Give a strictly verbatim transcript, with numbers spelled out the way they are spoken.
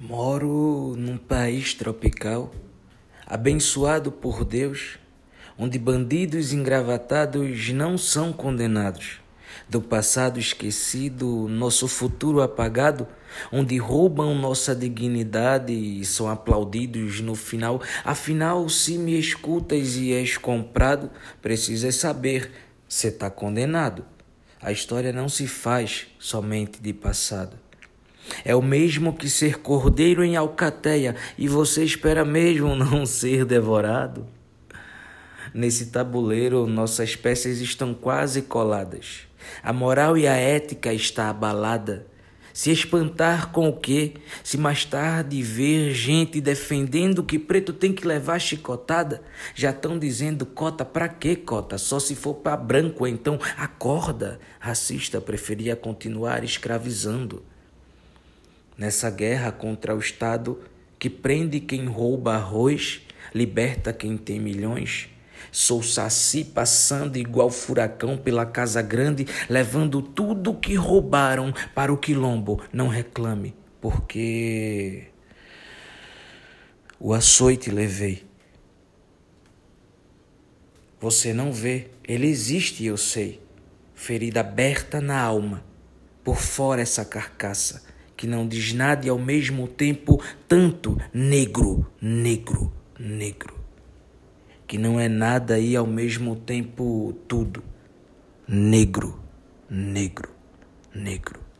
Moro num país tropical, abençoado por Deus, onde bandidos engravatados não são condenados. Do passado esquecido, nosso futuro apagado, onde roubam nossa dignidade e são aplaudidos no final. Afinal, se me escutas e és comprado, precisas saber, cê tá condenado. A história não se faz somente de passado. É o mesmo que ser cordeiro em alcateia, e você espera mesmo não ser devorado? Nesse tabuleiro, nossas peças estão quase coladas. A moral e a ética está abalada. Se espantar com o quê? Se mais tarde ver gente defendendo que preto tem que levar chicotada, já estão dizendo cota pra quê cota? Só se for pra branco, então acorda. Racista preferia continuar escravizando. Nessa guerra contra o Estado que prende quem rouba arroz, liberta quem tem milhões. Sou saci passando igual furacão pela casa grande, levando tudo que roubaram para o quilombo. Não reclame, porque o açoite levei. Você não vê, ele existe, eu sei. Ferida aberta na alma, por fora essa carcaça, que não diz nada e ao mesmo tempo tanto negro, negro, negro. Que não é nada e ao mesmo tempo tudo. Negro, negro, negro.